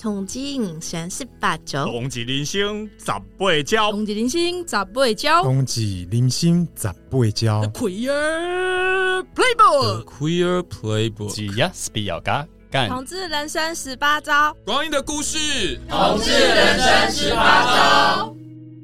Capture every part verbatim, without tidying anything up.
同志人生十八招， 同志人生十八招， 同志人生十八招， 同志人生十八招。 The Queer Playbook， The Queer Playbook， 只要是比较嘎干。 同志人生十八招， 光阴的故事， 同志人生十八招。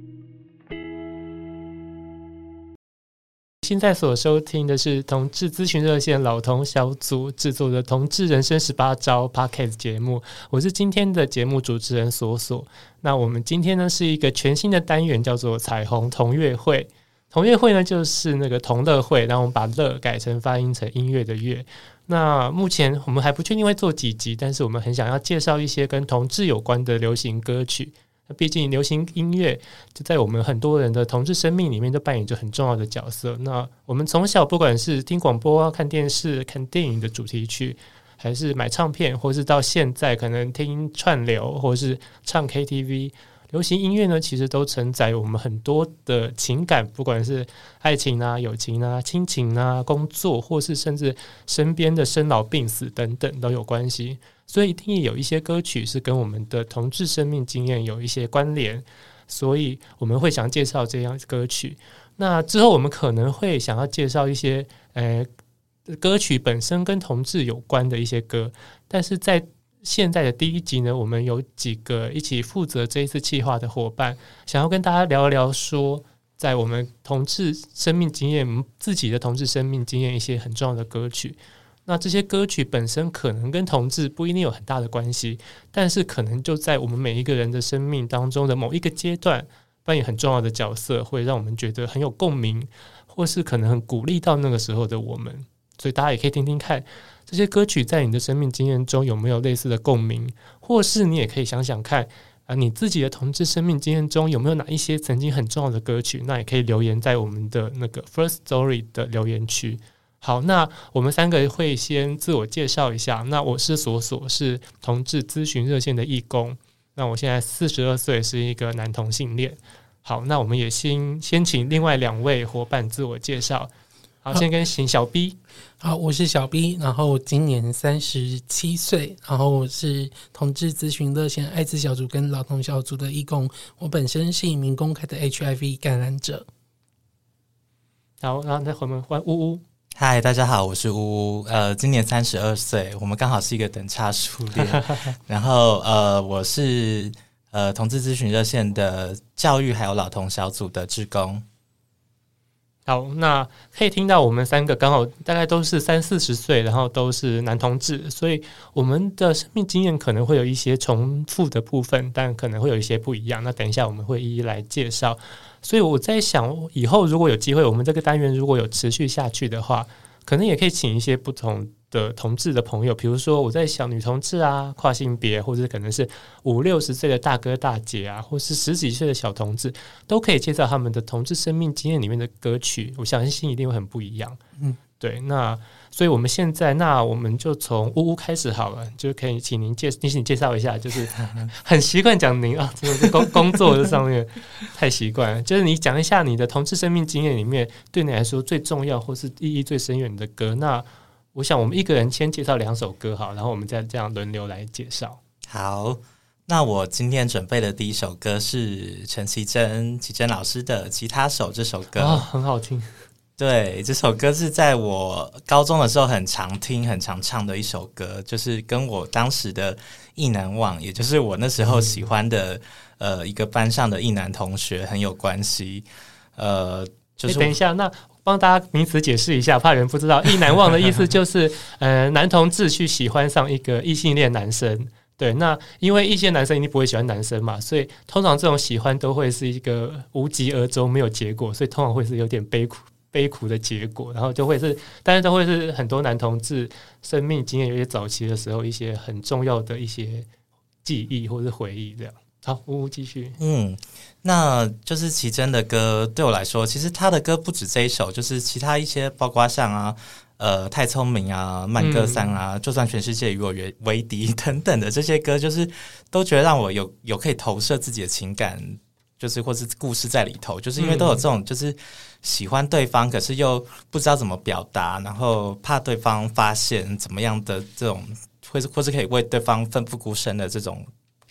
现在所收听的是同志咨询热线老同小组制作的同志人生十八招 Podcast 节目，我是今天的节目主持人索索。那我们今天呢是一个全新的单元，叫做彩虹同乐会。同乐会呢就是那个同乐会，然后我们把乐改成发音成音乐的乐。那目前我们还不确定会做几集，但是我们很想要介绍一些跟同志有关的流行歌曲。毕竟流行音乐就在我们很多人的同志生命里面都扮演着很重要的角色。那我们从小不管是听广播、看电视、看电影的主题曲，还是买唱片，或是到现在可能听串流或是唱 K T V， 流行音乐呢其实都承载我们很多的情感，不管是爱情啊、友情啊、亲情啊、工作，或是甚至身边的生老病死等等都有关系。所以一定有一些歌曲是跟我们的同志生命经验有一些关联，所以我们会想介绍这样歌曲。那之后我们可能会想要介绍一些呃歌曲本身跟同志有关的一些歌，但是在现在的第一集呢，我们有几个一起负责这一次企划的伙伴，想要跟大家聊一聊说，在我们同志生命经验自己的同志生命经验一些很重要的歌曲。那这些歌曲本身可能跟同志不一定有很大的关系，但是可能就在我们每一个人的生命当中的某一个阶段扮演很重要的角色，会让我们觉得很有共鸣，或是可能很鼓励到那个时候的我们。所以大家也可以听听看这些歌曲在你的生命经验中有没有类似的共鸣，或是你也可以想想看啊，你自己的同志生命经验中有没有哪一些曾经很重要的歌曲，那也可以留言在我们的那个 First Story 的留言区。好，那我们三个会先自我介绍一下。那我是索索，是同志咨询热线的义工。那我现在四十二岁，是一个男同性恋。好，那我们也先先请另外两位伙伴自我介绍。好，先跟请小 B。 好，我是小 B， 然后今年三十七岁，然后我是同志咨询热线艾滋小组跟老同小组的义工。我本身是一名公开的 H I V 感染者。 好，然后再我们换呜呜。 嗨，大家好，我是呜呜，呃，今年三十二岁，我们刚好是一个等差数列。然后呃，我是呃同志咨询热线的教育还有老同小组的志工。 好，那可以听到我们三个刚好大概都是三四十岁，然后都是男同志，所以我们的生命经验可能会有一些重复的部分，但可能会有一些不一样。那等一下我们会一一来介绍。所以我在想，以后如果有机会，我们这个单元如果有持续下去的话，可能也可以请一些不同的同志的朋友，比如说我在想女同志啊、跨性别，或者可能是五六十岁的大哥大姐啊，或是十几岁的小同志，都可以介绍他们的同志生命经验里面的歌曲，我相信一定会很不一样。嗯，对。那所以我们现在，那我们就从呜呜开始好了，就可以请您介，请你介绍一下，就是很习惯讲您啊，这个工工作的上面太习惯了，就是你讲一下你的同志生命经验里面对你来说最重要或是意义最深远的歌。那我想我们一个人先介绍两首歌好，然后我们再这样轮流来介绍。 好，那我今天准备的第一首歌是陈绮贞绮贞老师的《吉他手》这首歌。 哦，很好听。 对，这首歌是在我高中的时候很常听很常唱的一首歌，就是跟我当时的意难忘，也就是我那时候喜欢的、嗯、呃一个班上的意男同学很有关系。呃，就是、欸、 等一下，那帮大家名词解释一下，怕人不知道。意难忘的意思就是呃男同志去喜欢上一个异性恋男生。对，那因为异性男生一定不会喜欢男生嘛，所以通常这种喜欢都会是一个无疾而终，没有结果，所以通常会是有点悲苦悲苦的结果，然后就会是，但是都会是很多男同志生命经验有些早期的时候一些很重要的一些记忆或是回忆这样。好，呜呜继续。 嗯，那就是绮贞的歌对我来说，其实他的歌不止这一首，就是其他一些包括像啊呃太聪明啊、慢歌三啊、嗯、就算全世界与我为敌等等的这些歌，就是都觉得让我有有可以投射自己的情感，就是或是故事在里头，就是因为都有这种就是喜欢对方可是又不知道怎么表达，然后怕对方发现怎么样的这种，或是或是可以为对方奋不顾身的这种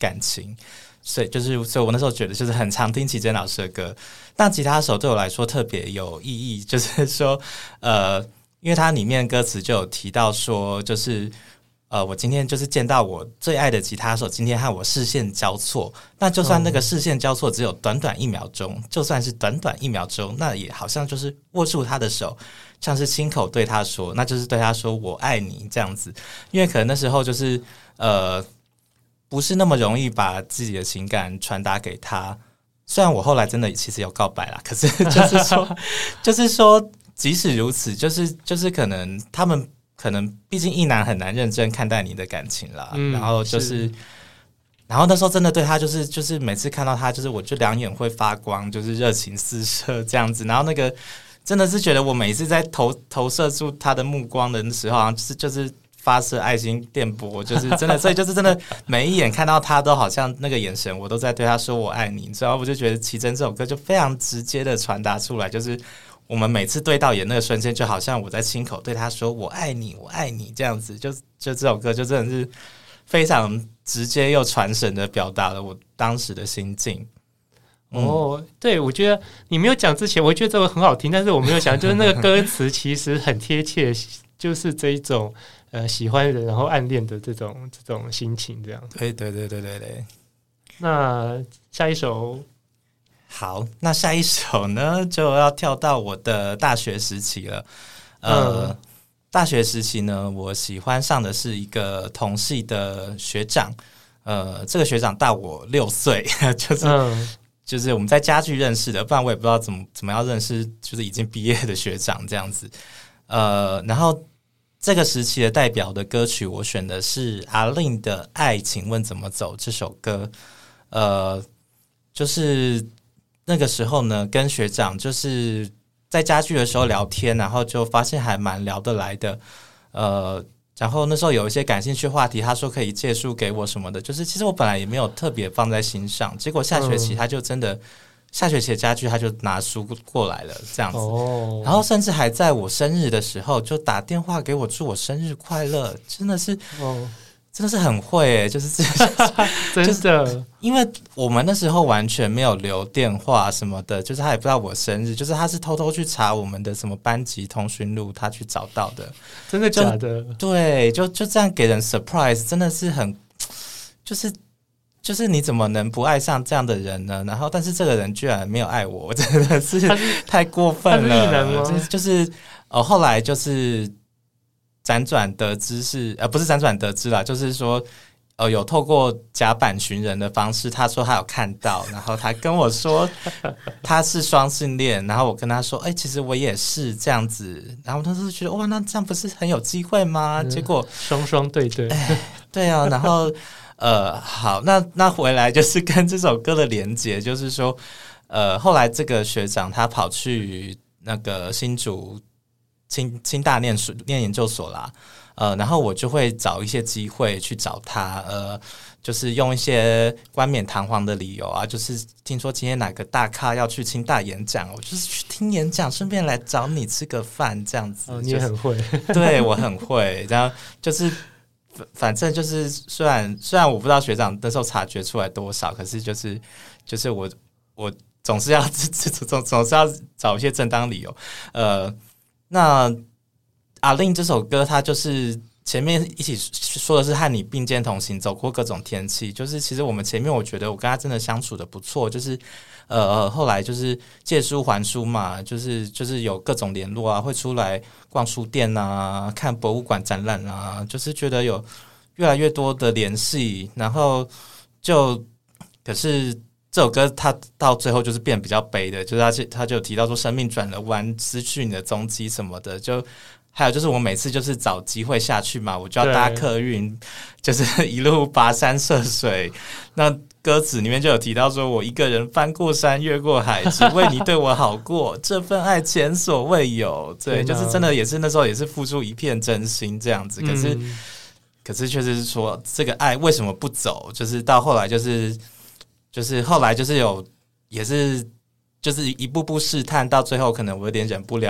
感情，所以就是所以我那时候觉得就是很常听奇珍老师的歌。那吉他手对我来说特别有意义，就是说呃，因为它里面歌词就有提到说，就是呃，我今天就是见到我最爱的吉他手，今天和我视线交错。那就算那个视线交错只有短短一秒钟，嗯、就算是短短一秒钟，那也好像就是握住他的手，像是亲口对他说，那就是对他说我爱你这样子。因为可能那时候就是呃，不是那么容易把自己的情感传达给他。虽然我后来真的其实有告白啦，可是就是说，就是说，即使如此，就是就是可能他们。可能毕竟一男很难认真看待你的感情啦，嗯、然后就是，是然后那时候真的对他就是就是每次看到他，就是我就两眼会发光，就是热情四射这样子。然后那个真的是觉得我每次在投投射出他的目光的时候，好像就是就是发射爱心电波，就是真的，所以就是真的每一眼看到他都好像那个眼神，我都在对他说我爱你。然后我就觉得奇珍这首歌就非常直接的传达出来，就是。我们每次对到眼那个瞬间，就好像我在亲口对他说我爱你我爱你这样子，就就这首歌就真的是非常直接又传神的表达了我当时的心境。 嗯、哦，对，我觉得你没有讲之前我觉得这个很好听，但是我没有想就是那个歌词其实很贴切，就是这一种呃喜欢人然后暗恋的这种这种心情这样。 对对对对对对。 那下一首好，那下一首呢就要跳到我的大学时期了。呃，嗯、大学时期呢，我喜欢上的是一个同系的学长。呃，这个学长大我六岁，就是、嗯、就是我们在家具认识的，不然我也不知道怎么怎么样认识，就是已经毕业的学长这样子。呃，然后这个时期的代表的歌曲，我选的是阿令的《爱请问怎么走》这首歌。呃，就是。那个时候呢，跟学长就是在家具的时候聊天，然后就发现还蛮聊得来的，呃，然后那时候有一些感兴趣话题，他说可以借书给我什么的，就是其实我本来也没有特别放在心上，结果下学期他就真的、嗯、下学期的家具他就拿书过来了这样子、哦、然后甚至还在我生日的时候就打电话给我祝我生日快乐，真的是哦。真的是很会耶、欸，就是这真的、就是， 因为我们那时候完全没有留电话什么的，就是他也不知道我生日，就是他是偷偷去查我们的什么班级通讯录，他去找到的， 真的假的？ 对，就就这样给人 surprise， 真的是很，就是就是你怎么能不爱上这样的人呢？然后，但是这个人居然没有爱我，我真的是太过分了。 他是异能吗？ 就是就是呃，后来就是。辗转得知是呃不是辗转得知啦，就是说呃有透过甲板寻人的方式，他说他有看到，然后他跟我说他是双性恋，然后我跟他说，哎、欸，其实我也是这样子，然后他就觉得哇，那这样不是很有机会吗？嗯、结果双双对对， 对啊，然后呃好，那那回来就是跟这首歌的连结，就是说呃后来这个学长他跑去那个新竹。清清大念书念研究所啦，呃，然后我就会找一些机会去找他，呃，就是用一些冠冕堂皇的理由啊，就是听说今天哪个大咖要去清大演讲，我就是去听演讲，顺便来找你吃个饭这样子。 哦，你也很会， 对我很会，然后就是反正就是虽然虽然我不知道学长那时候察觉出来多少，可是就是就是我我总是要总总是要找一些正当理由，呃。那阿令这首歌，它就是前面一起说的是和你并肩同行，走过各种天气。就是其实我们前面我觉得我跟他真的相处的不错，就是呃后来就是借书还书嘛，就是就是有各种联络啊，会出来逛书店啊，看博物馆展览啊，就是觉得有越来越多的联系，然后就可是。这首歌它到最后就是变比较悲的，就是他他就提到说生命转了弯，失去你的踪迹什么的，就还有就是我每次就是找机会下去嘛，我就要搭客运，就是一路跋山涉水。那歌词里面就有提到说我一个人翻过山越过海，只为你对我好过，这份爱前所未有。对，就是真的也是那时候也是付出一片真心这样子，可是、嗯、可是确实是说这个爱为什么不走，就是到后来就是。就是后来就是有也是就是一步步试探，到最后可能我有点忍不了，就是就跟他告白了，然后他才跟我坦白说，其实就是把我当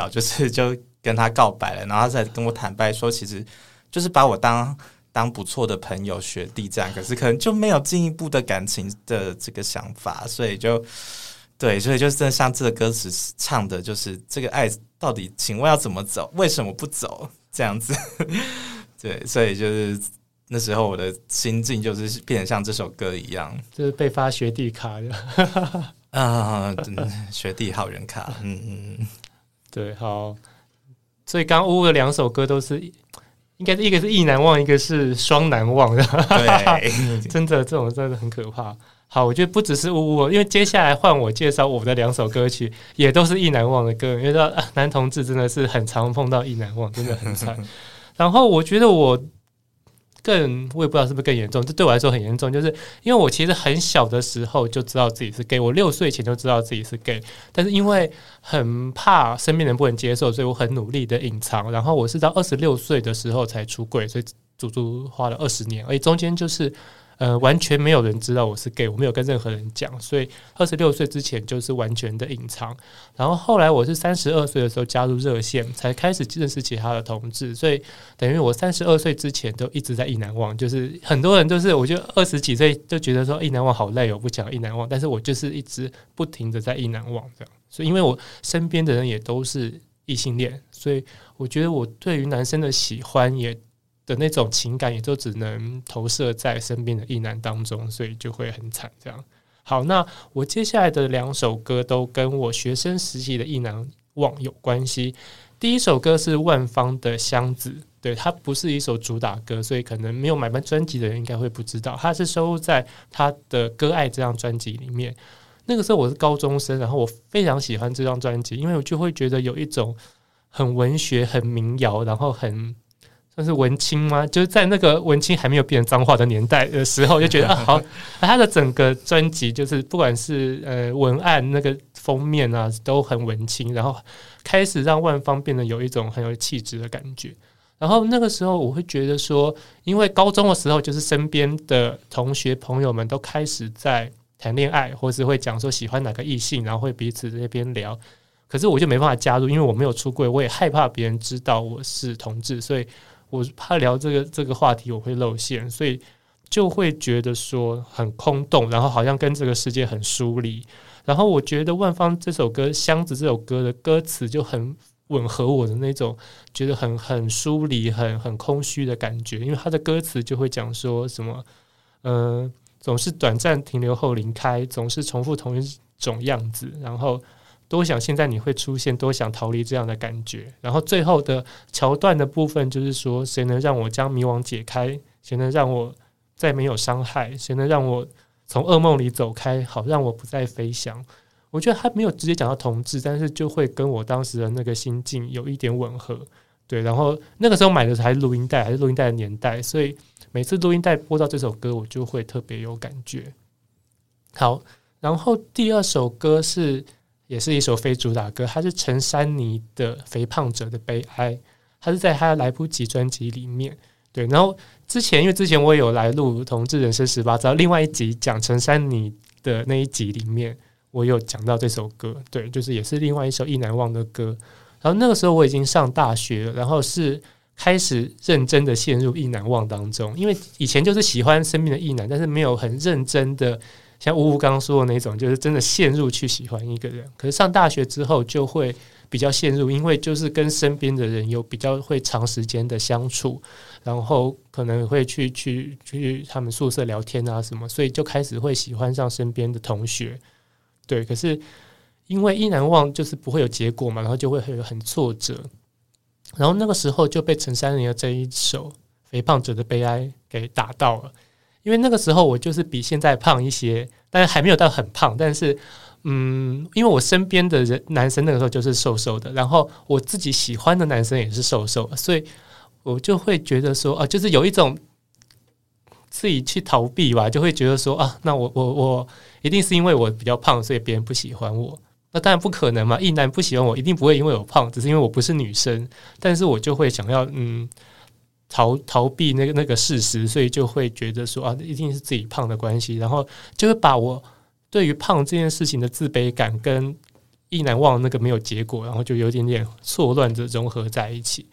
当不错的朋友学弟这样，可是可能就没有进一步的感情的这个想法，所以就对，所以就真的像这个歌词唱的，就是这个爱到底请问要怎么走，为什么不走这样子。对，所以就是那时候我的心境就是变成像这首歌一样， 就是被发学弟卡的。 啊、嗯，学弟好人卡，嗯嗯，对， 好，所以刚呜的两首歌都是，应该是一个是意难忘，一个是双难忘的， 对， 真的这种真的很可怕。好，我觉得不只是呜呜，因为接下来换我介绍我的两首歌曲，也都是意难忘的歌，因为到男同志真的是很常碰到意难忘，真的很惨。然后我觉得我。更我也不知道是不是更严重，这对我来说很严重，就是因为我其实很小的时候就知道自己是 gay， 我六岁前就知道自己是 gay， 但是因为很怕身边人不能接受，所以我很努力的隐藏，然后我是到二十六岁的时候才出柜，所以足足花了二十年，而且中间就是呃完全没有人知道我是 gay， 我没有跟任何人讲，所以二十六岁之前就是完全的隐藏。然后后来我是三十二岁的时候加入热线，才开始认识其他的同志，所以等于我三十二岁之前都一直在意难忘。就是很多人都是，我觉得二十几岁就觉得说意难忘好累，我不想意难忘，但是我就是一直不停的在意难忘这样。所以因为我身边的人也都是异性恋，所以我觉得我对于男生的喜欢也。的那种情感也就只能投射在身边的异男当中，所以就会很惨这样。好，那我接下来的两首歌都跟我学生时期的意难忘有关系。第一首歌是万芳的《箱子》，对，它不是一首主打歌，所以可能没有买盘专辑的人应该会不知道，它是收录在他的《歌爱》这张专辑里面。那个时候我是高中生，然后我非常喜欢这张专辑，因为我就会觉得有一种很文学、很民谣，然后很算是文青吗？就是在那个文青还没有变成脏话的年代的时候，就觉得啊，好，他的整个专辑就是不管是呃文案那个封面啊，都很文青，然后开始让万芳变得有一种很有气质的感觉。然后那个时候我会觉得说，因为高中的时候，就是身边的同学朋友们都开始在谈恋爱，或是会讲说喜欢哪个异性，然后会彼此在那边聊。可是我就没办法加入，因为我没有出柜，我也害怕别人知道我是同志，所以我怕聊这个这个话题我会露馅，所以就会觉得说很空洞，然后好像跟这个世界很疏离。然后我觉得万芳这首歌《箱子》这首歌的歌词就很吻合我的那种觉得很很疏离、很很空虚的感觉，因为他的歌词就会讲说什么，呃，总是短暂停留后离开，总是重复同一种样子，然后。多想现在你会出现，多想逃离这样的感觉。然后最后的桥段的部分就是说，谁能让我将迷惘解开？谁能让我再没有伤害？谁能让我从噩梦里走开？好让我不再飞翔。我觉得他没有直接讲到同志，但是就会跟我当时的那个心境有一点吻合。对，然后那个时候买的还是录音带，还是录音带的年代，所以每次录音带播到这首歌，我就会特别有感觉。好，然后第二首歌是。也是一首非主打歌，它是陈珊妮的《肥胖者的悲哀》，它是在他来不及专辑里面。对，然后之前因为之前我也有来录《同志人生十八招》另外一集讲陈珊妮的那一集里面，我有讲到这首歌。对，就是也是另外一首意难忘的歌。然后那个时候我已经上大学了，然后是开始认真的陷入意难忘当中，因为以前就是喜欢身边的意男，但是没有很认真的。像呜呜刚刚说的那种，就是真的陷入去喜欢一个人。可是上大学之后就会比较陷入，因为就是跟身边的人有比较会长时间的相处，然后可能会去去去他们宿舍聊天啊什么，所以就开始会喜欢上身边的同学。对，可是因为意难忘就是不会有结果嘛，然后就会很挫折。然后那个时候就被陈珊妮的这一首《肥胖者的悲哀》给打到了。因为那个时候我就是比现在胖一些，但是还没有到很胖，但是嗯，因为我身边的人男生那个时候就是瘦瘦的，然后我自己喜欢的男生也是瘦瘦的，所以我就会觉得说啊，就是有一种自己去逃避吧，就会觉得说啊，那我我我一定是因为我比较胖，所以别人不喜欢我。那当然不可能嘛，异男不喜欢我，一定不会因为我胖，只是因为我不是女生，但是我就会想要嗯。逃逃避那个那个事实，所以就会觉得说啊，一定是自己胖的关系，然后就会把我对于胖这件事情的自卑感跟意难忘那个没有结果，然后就有点点错乱着融合在一起。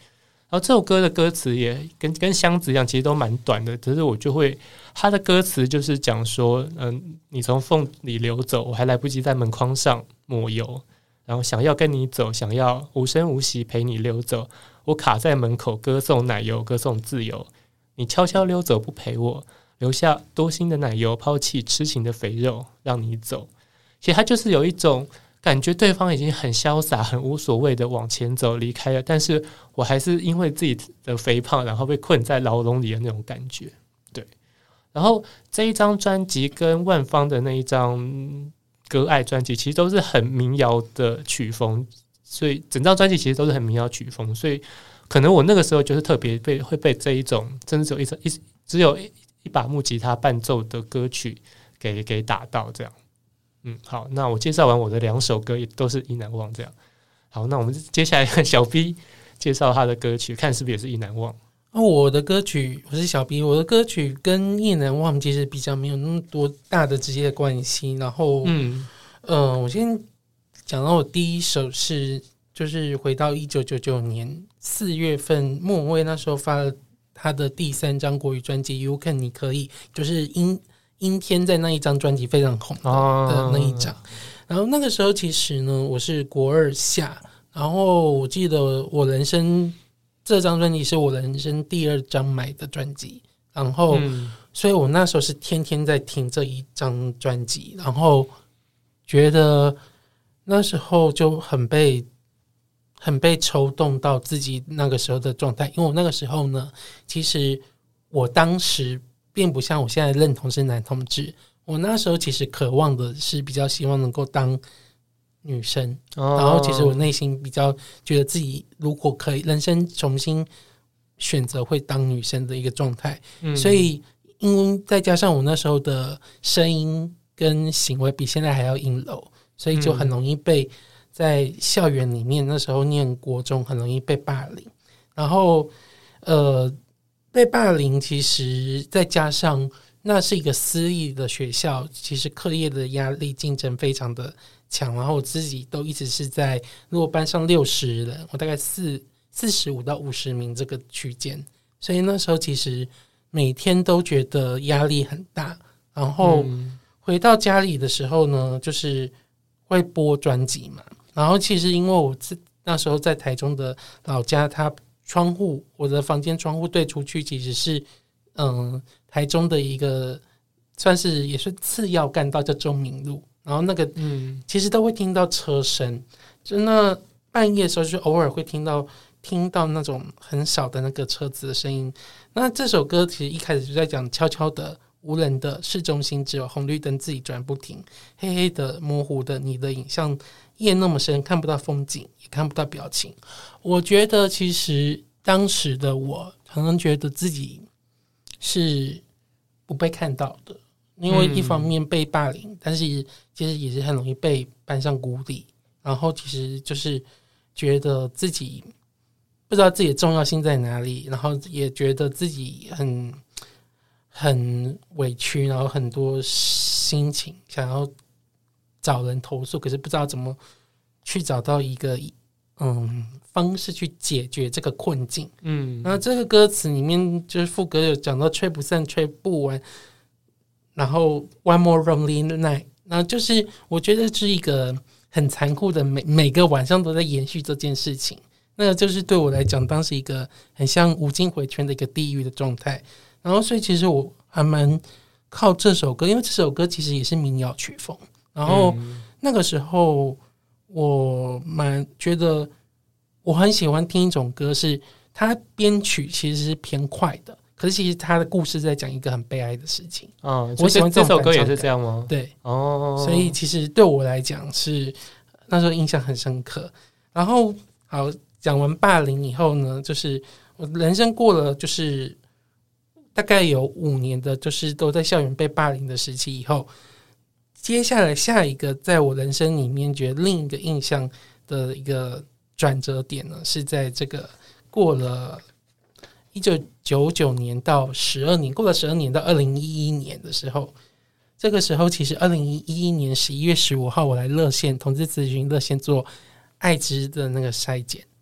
然后这首歌的歌词也跟跟箱子一样，其实都蛮短的，可是我就会他的歌词就是讲说，嗯，你从缝里流走，我还来不及在门框上抹油，然后想要跟你走，想要无声无息陪你溜走，我卡在门口歌颂奶油，歌颂自由，你悄悄溜走不陪我，留下多心的奶油，抛弃痴情的肥肉，让你走。其实他就是有一种感觉对方已经很潇洒很无所谓的往前走离开了，但是我还是因为自己的肥胖然后被困在牢笼里的那种感觉。对，然后这一张专辑跟万芳的那一张歌爱专辑其实都是很民谣的曲风，所以整张专辑其实都是很民谣曲风，所以可能我那个时候就是特别被会被这一种真的只有 一, 一只有一把木吉他伴奏的歌曲给给打到这样。嗯，好，那我介绍完我的两首歌也都是意难忘这样。好，那我们接下来看小 B 介绍他的歌曲，看是不是也是意难忘。 哦，我的歌曲，我是小 B， 我的歌曲跟意难忘其实比较没有那么多大的直接的关系。然后，嗯，呃，我先讲到我第一首是，就是回到一九九九年四月份，莫文蔚那时候发了他的第三张国语专辑《You Can》，你可以，就是阴阴天在那一张专辑非常红 的,、哦、的那一张。然后那个时候其实呢，我是国二下，然后我记得我人生这张专辑是我人生第二张买的专辑，然后、嗯、所以我那时候是天天在听这一张专辑，然后觉得那时候就很被很被抽动到自己那个时候的状态，因为我那个时候呢，其实我当时并不像我现在认同是男同志，我那时候其实渴望的是比较希望能够当女生、哦、然后其实我内心比较觉得自己如果可以人生重新选择会当女生的一个状态、嗯、所以因为再加上我那时候的声音跟行为比现在还要阴柔，所以就很容易被在校园里面，那时候念国中很容易被霸凌，然后呃被霸凌其实再加上那是一个私立的学校，其实课业的压力竞争非常的强，然后我自己都一直是在如果班上六十人，我大概四四十五到五十名这个区间，所以那时候其实每天都觉得压力很大，然后回到家里的时候呢，就是会播专辑嘛，然后其实因为我那时候在台中的老家，它窗户我的房间窗户对出去其实是嗯台中的一个算是也是次要干道叫中明路，然后那个嗯其实都会听到车声，就那半夜的时候就偶尔会听到听到那种很少的那个车子的声音。那这首歌其实一开始就在讲悄悄的无人的市中心，只有红绿灯自己转不停，黑黑的模糊的你的影像，夜那么深，看不到风景也看不到表情。我觉得其实当时的我可能觉得自己是不被看到的，因为一方面被霸凌、嗯、但是其实也是很容易被班上孤立，然后其实就是觉得自己不知道自己的重要性在哪里，然后也觉得自己很很委屈，然后很多心情想要找人投诉，可是不知道怎么去找到一个嗯方式去解决这个困境。嗯，然后这个歌词里面就是副歌有讲到吹不散吹不完，然后 One more lonely night， 然后就是我觉得是一个很残酷的，每每个晚上都在延续这件事情，那个就是对我来讲当时一个很像无尽回圈的一个地狱的状态。然后所以其实我还蛮靠这首歌，因为这首歌其实也是民谣曲风，然后那个时候我蛮觉得我很喜欢听一种歌，是它编曲其实是偏快的，可是其实它的故事在讲一个很悲哀的事情。哦， 我喜欢这首歌也是这样吗？ 对，哦，所以其实对我来讲是那时候印象很深刻。然后好，讲完霸凌以后呢，就是我人生过了就是大概有五年的就是都在校园被霸凌的时期以后，接下来下一个在我人生里面觉得另一个印象的一个转折点呢，是在这个过了一九九九年到十二年，过了十二年到二零一一年的时候，这个时候其实二零一一年十一月十五号我来热线同志咨询热线做艾滋的那个筛检，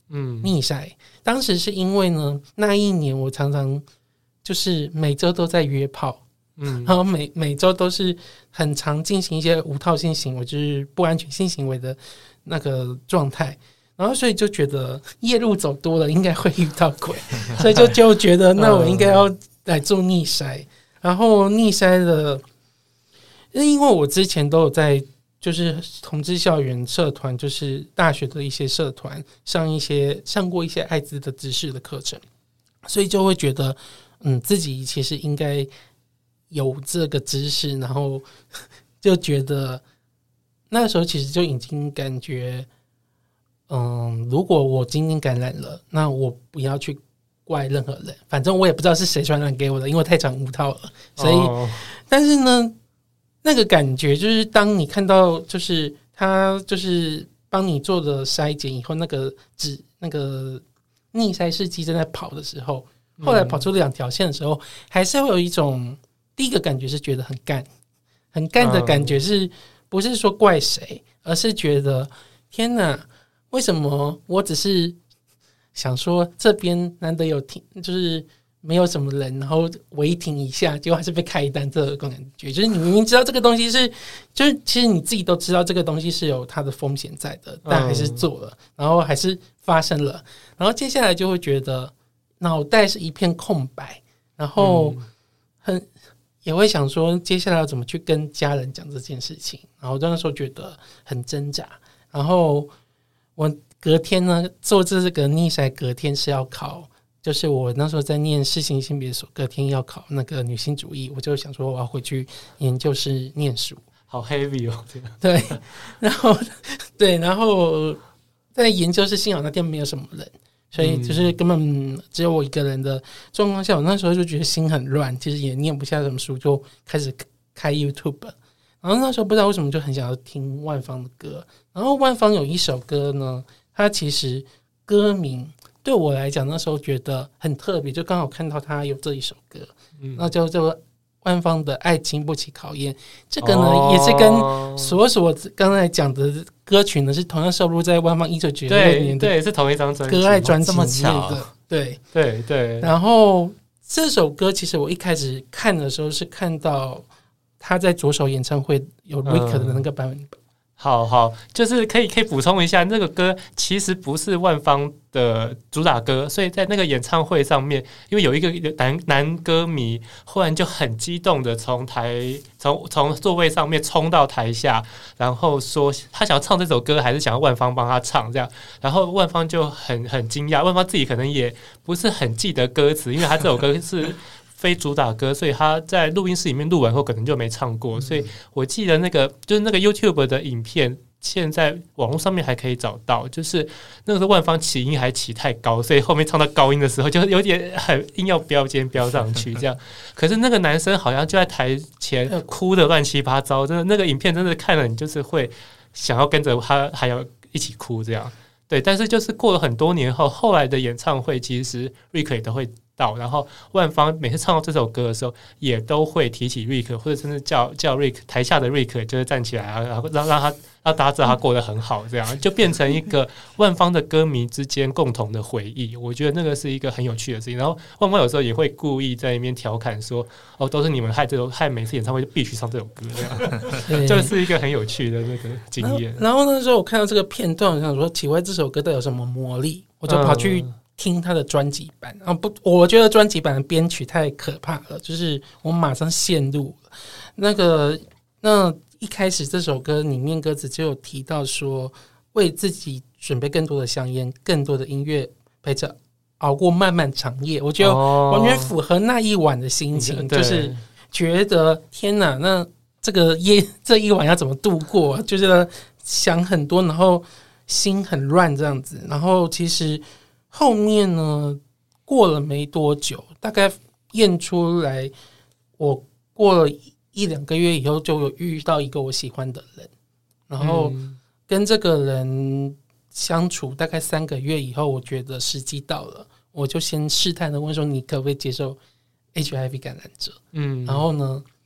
嗯，逆筛。当时是因为呢，那一年我常常就是每周都在约炮，嗯，然后每每周都是很常进行一些无套性行为，就是不安全性行为的那个状态。然后所以就觉得夜路走多了应该会遇到鬼，所以就就觉得那我应该要来做逆筛。然后逆筛的，因为我之前都有在就是同志校园社团，就是大学的一些社团上一些上过一些艾滋的知识的课程，所以就会觉得嗯自己其实应该有这个知识，然后就觉得那时候其实就已经感觉嗯，如果我今天感染了，那我不要去怪任何人，反正我也不知道是谁传染给我的，因为太常无套了。所以，哦、但是呢，那个感觉就是当你看到，就是他就是帮你做的筛检以后，那个指那个逆筛试剂正在跑的时候，后来跑出两条线的时候，嗯、还是会有一种第一个感觉是觉得很干，很干的感觉是，不是说怪谁，而是觉得天哪！为什么我只是想说这边难得有停，就是没有什么人，然后违停一下，结果还是被开一单，这种感觉就是你明明知道这个东西是，就是其实你自己都知道这个东西是有它的风险在的，但还是做了，然后还是发生了，然后接下来就会觉得脑袋是一片空白，然后很也会想说接下来要怎么去跟家人讲这件事情，然后那时候觉得很挣扎，然后。我隔天呢做这个逆筛，隔天是要考，就是我那时候在念世新性别所，隔天要考那个女性主义，我就想说我要回去研究室念书， 好 heavy 哦， 对，然后对，然后在研究室幸好那天没有什么人，所以就是根本只有我一个人的状况下，我那时候就觉得心很乱，其实也念不下什么书，就开始开 YouTube。然后那时候不知道为什么就很想要听万芳的歌，然后万芳有一首歌呢，它其实歌名对我来讲那时候觉得很特别，就刚好看到他有这一首歌，嗯、那叫做万芳的《爱经不起考验》。这个呢、哦、也是跟所所刚才讲的歌曲呢是同样收录在万芳一九九六年的对是同一张专辑， 歌爱专辑里面的。 对对对。 然后这首歌其实我一开始看的时候是看到。他在左手演唱会有 Rick 的那个版本、嗯， 好好，就是可以可以补充一下，那个歌其实不是万芳的主打歌，所以在那个演唱会上面，因为有一个男男歌迷忽然就很激动的从台从从座位上面冲到台下，然后说他想要唱这首歌，还是想要万芳帮他唱这样，然后万芳就很很惊讶，万芳自己可能也不是很记得歌词，因为他这首歌是。非主打歌，所以他在录音室里面录完后可能就没唱过，所以我记得那个就是那个 YouTube 的影片，现在网络上面还可以找到，就是那个时候万芳起音还起太高，所以后面唱到高音的时候就有点很硬要飙尖飙上去这样。可是那个男生好像就在台前哭的乱七八糟，真的那个影片真的看了你就是会想要跟着他还要一起哭这样。对，但是就是过了很多年后，后来的演唱会其实 Rick 也都会到，然后万芳每次唱到这首歌的时候，也都会提起 Rick， 或者甚至叫叫 Rick 台下的 Rick 就是站起来啊，然后让让他让大家知道他过得很好，这样就变成一个万芳的歌迷之间共同的回忆。我觉得那个是一个很有趣的事情。然后万芳有时候也会故意在那边调侃说：“哦，都是你们害这首害每次演唱会就必须唱这首歌，这样就是一个很有趣的那个经验。” 然后那时候我看到这个片段，我想说奇怪，这首歌到底有什么魔力？我就跑去。嗯听他的专辑版啊，不，我觉得专辑版的编曲太可怕了，就是我马上陷入了那个。那一开始这首歌里面歌词就有提到说，为自己准备更多的香烟，更多的音乐，陪着熬过漫漫长夜。我觉得完全符合那一晚的心情，哦、就是觉得天哪，那这个夜这一晚要怎么度过？就是想很多，然后心很乱这样子。然后其实。后面呢，过了没多久，大概验出来，我过了一两个月以后，就有遇到一个我喜欢的人，然后跟这个人相处大概三个月以后，我觉得时机到了，我就先试探的问说，你可不可以接受 H I V 感染者？嗯，然后呢，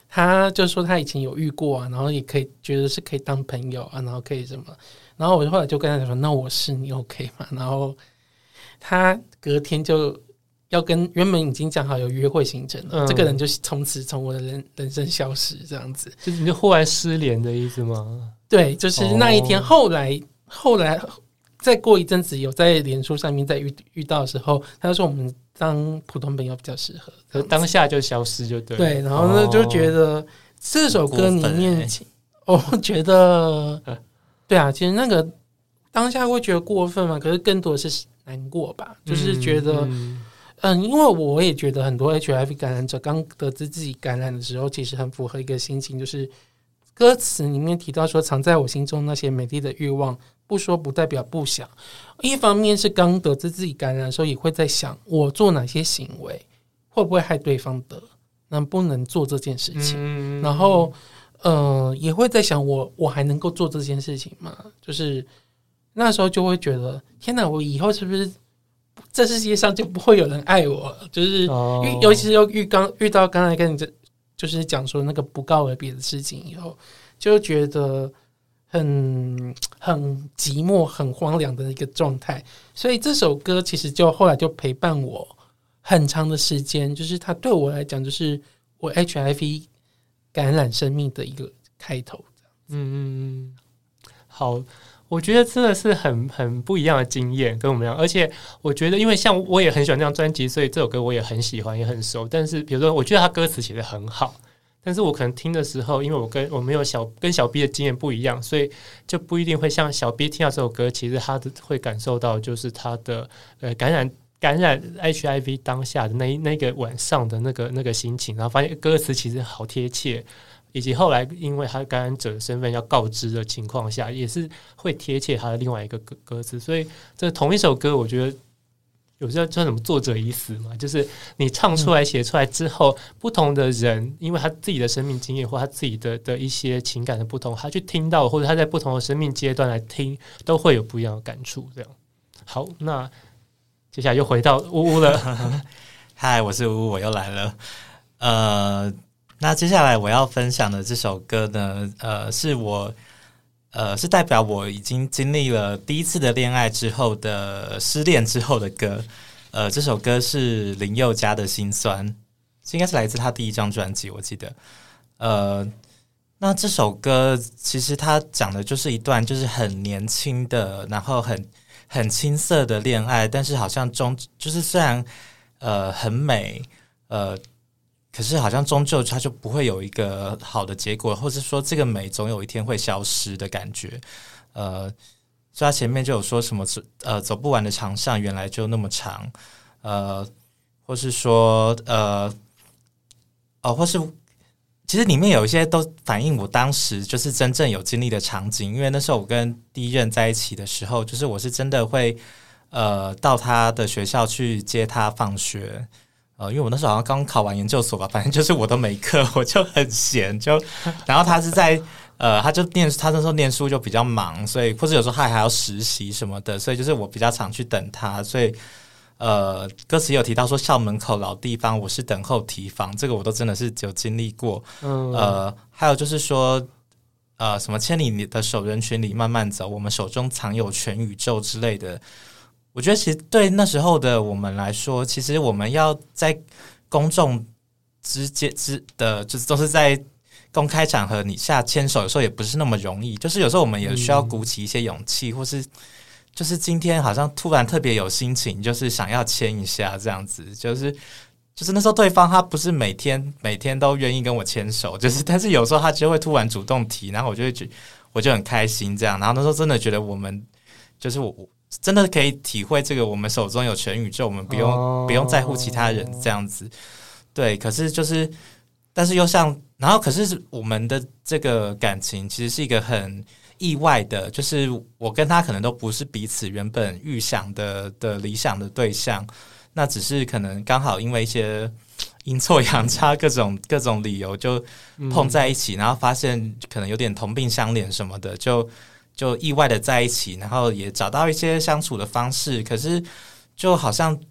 他就说他以前有遇过啊，然后也可以觉得是可以当朋友啊，然后可以什么，然后我后来就跟他讲说，那我是你 OK 吗？然后他隔天就要跟原本已经讲好有约会行程了，嗯、这个人就从此从我的人人生消失，这样子， 就是你就忽然失联的意思吗？ 对，就是那一天，哦、后来后来再过一阵子，有在脸书上面再遇遇到的时候，他就说我们当普通朋友比较适合， 可当下就消失就对了。 对，然后呢就觉得这首歌里面，我、欸、觉得，对啊，其实那个当下会觉得过分嘛，可是更多的是难过吧，就是觉得，嗯，嗯因为我也觉得很多 H I V 感染者刚得知自己感染的时候，其实很符合一个心情，就是歌词里面提到说，藏在我心中那些美丽的欲望。不说不代表不想，一方面是刚得知自己感染的时候，也会在想我做哪些行为会不会害对方得，能不能做这件事情，嗯、然后呃也会在想我我还能够做这件事情吗？就是那时候就会觉得天哪，我以后是不是这世界上就不会有人爱我了？就是、哦、尤其是又遇刚遇到刚才跟你就是讲说那个不告而别的事情以后，就觉得。很很寂寞很荒凉的一个状态，所以这首歌其实就后来就陪伴我很长的时间，就是它对我来讲就是我 H I V 感染生命的一个开头。 嗯，好，我觉得真的是很很不一样的经验跟我们一样，而且我觉得因为像我也很喜欢这张专辑，所以这首歌我也很喜欢也很熟，但是比如说我觉得它歌词写得很好，但是我可能听的时候，因为我跟我没有小跟小 B 的经验不一样，所以就不一定会像小 B 听到这首歌，其实他的会感受到就是他的呃感染感染 H I V 当下的那那个晚上的那个那个心情，然后发现歌词其实好贴切，以及后来因为他感染者的身份要告知的情况下，也是会贴切他的另外一个歌歌词，所以这同一首歌，我觉得。有时候叫什么作者已死嘛，就是你唱出来写出来之后、嗯、不同的人因为他自己的生命经验或他自己 的, 的一些情感的不同，他去听到或者他在不同的生命阶段来听都会有不一样的感触。这样好，那接下来又回到呜呜了。 嗨，我是呜呜，我又来了。呃，那接下来我要分享的这首歌呢，呃，是我呃，是代表我已经经历了第一次的恋爱之后的失恋之后的歌。呃，这首歌是林宥嘉的心酸，应该是来自他第一张专辑，我记得。呃，那这首歌其实它讲的就是一段就是很年轻的，然后很很青涩的恋爱，但是好像终就是虽然呃很美，呃。可是好像终究它就不会有一个好的结果，或是说这个美总有一天会消失的感觉。呃，所以他前面就有说什么呃走不完的长巷原来就那么长，呃，或是说呃哦，或是其实里面有一些都反映我当时就是真正有经历的场景，因为那时候我跟第一任在一起的时候，就是我是真的会呃到他的学校去接他放学。呃，因为我那时候好像刚考完研究所吧，反正就是我都没课，我就很闲，就然后他是在呃，他就念他那时候念书就比较忙，所以或者有时候他还要实习什么的，所以就是我比较常去等他，所以呃，歌词有提到说校门口老地方，我是等候提防，这个我都真的是有经历过。嗯，呃，还有就是说呃，什么千里的手人群里慢慢走，我们手中藏有全宇宙之类的。我觉得其实对那时候的我们来说，其实我们要在公众之间之的，就是都是在公开场合你下牵手，有时候也不是那么容易。就是有时候我们也需要鼓起一些勇气，嗯、或是就是今天好像突然特别有心情，就是想要牵一下这样子。就是就是那时候对方他不是每天每天都愿意跟我牵手，就是但是有时候他就会突然主动提，然后我就会觉我就很开心这样。然后那时候真的觉得我们就是我。真的可以体会这个，我们手中有全宇宙，我们不用、oh. 不用在乎其他人这样子。对，可是就是，但是又像，然后可是我们的这个感情其实是一个很意外的，就是我跟他可能都不是彼此原本预想的的理想的对象，那只是可能刚好因为一些阴错阳差各种各种理由就碰在一起，嗯、然后发现可能有点同病相怜什么的，就。就意外的在一起，然后也找到一些相处的方式，可是就好像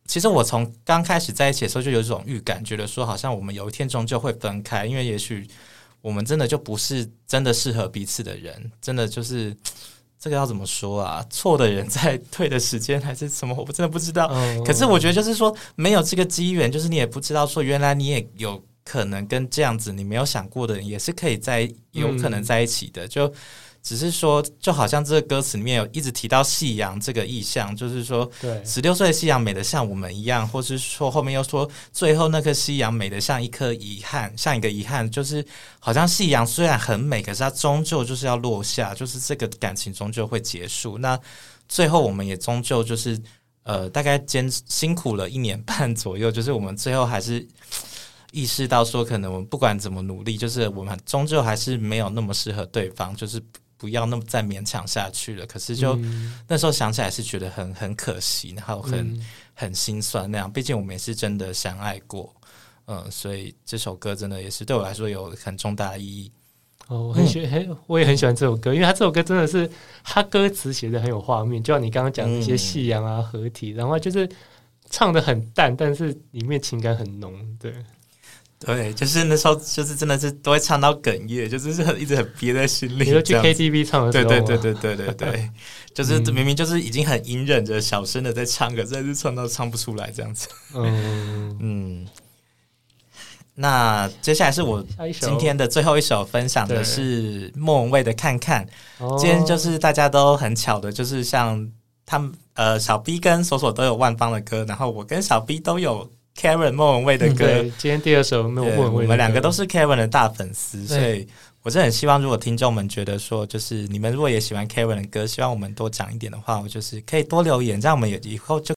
其实我从刚开始在一起的时候就有一种预感，觉得说好像我们有一天终究会分开，因为也许我们真的就不是真的适合彼此的人，真的就是这个要怎么说啊？错的人在对的时间还是什么？我真的不知道。Oh. 可是我觉得就是说，没有这个机缘，就是你也不知道说，原来你也有可能跟这样子你没有想过的人，也是可以在有可能在一起的。嗯、就只是说，就好像这个歌词里面有一直提到夕阳这个意象，就是说，十六岁的夕阳美得像我们一样，或是说后面又说，最后那颗夕阳美得像一颗遗憾，像一个遗憾，就是好像夕阳虽然很美，可是它终究就是要落下，就是这个感情终究会结束。那最后我们也终究就是呃，大概坚辛苦了一年半左右，就是我们最后还是意识到说，可能我们不管怎么努力，就是我们终究还是没有那么适合对方，就是不要那么再勉强下去了。可是就、嗯、那时候想起来是觉得很很可惜，然后很、嗯、很心酸那样。毕竟我们也是真的相爱过，嗯，所以这首歌真的也是对我来说有很重大的意义。 哦，我很喜欢、嗯，我也很喜欢这首歌，因为他这首歌真的是他歌词写的很有画面，就像你刚刚讲的一些夕阳啊、合体，然后就是唱的很淡，但是里面情感很浓，对。 对，就是那时候，就是真的是都会唱到哽咽，就是一直很憋在心里。 你说去 K T V 唱的时候， 对对对对对对对，就是明明就是已经很隐忍着小声的在唱，可是还是唱到唱不出来这样子。嗯嗯。那接下来是我今天的最后一首分享的是莫文蔚的《看看》。今天就是大家都很巧的，就是像他们呃小 B 跟索索都有万芳的歌，然后我跟小 B 都有Karen 莫文蔚的歌、 嗯、今天第二首莫文蔚的歌， 我们两个都是 Karen 的大粉丝，所以我真的很希望如果听众们觉得说就是你们如果也喜欢 Karen 的歌，希望我们多讲一点的话，我就是可以多留言，这样我们以后就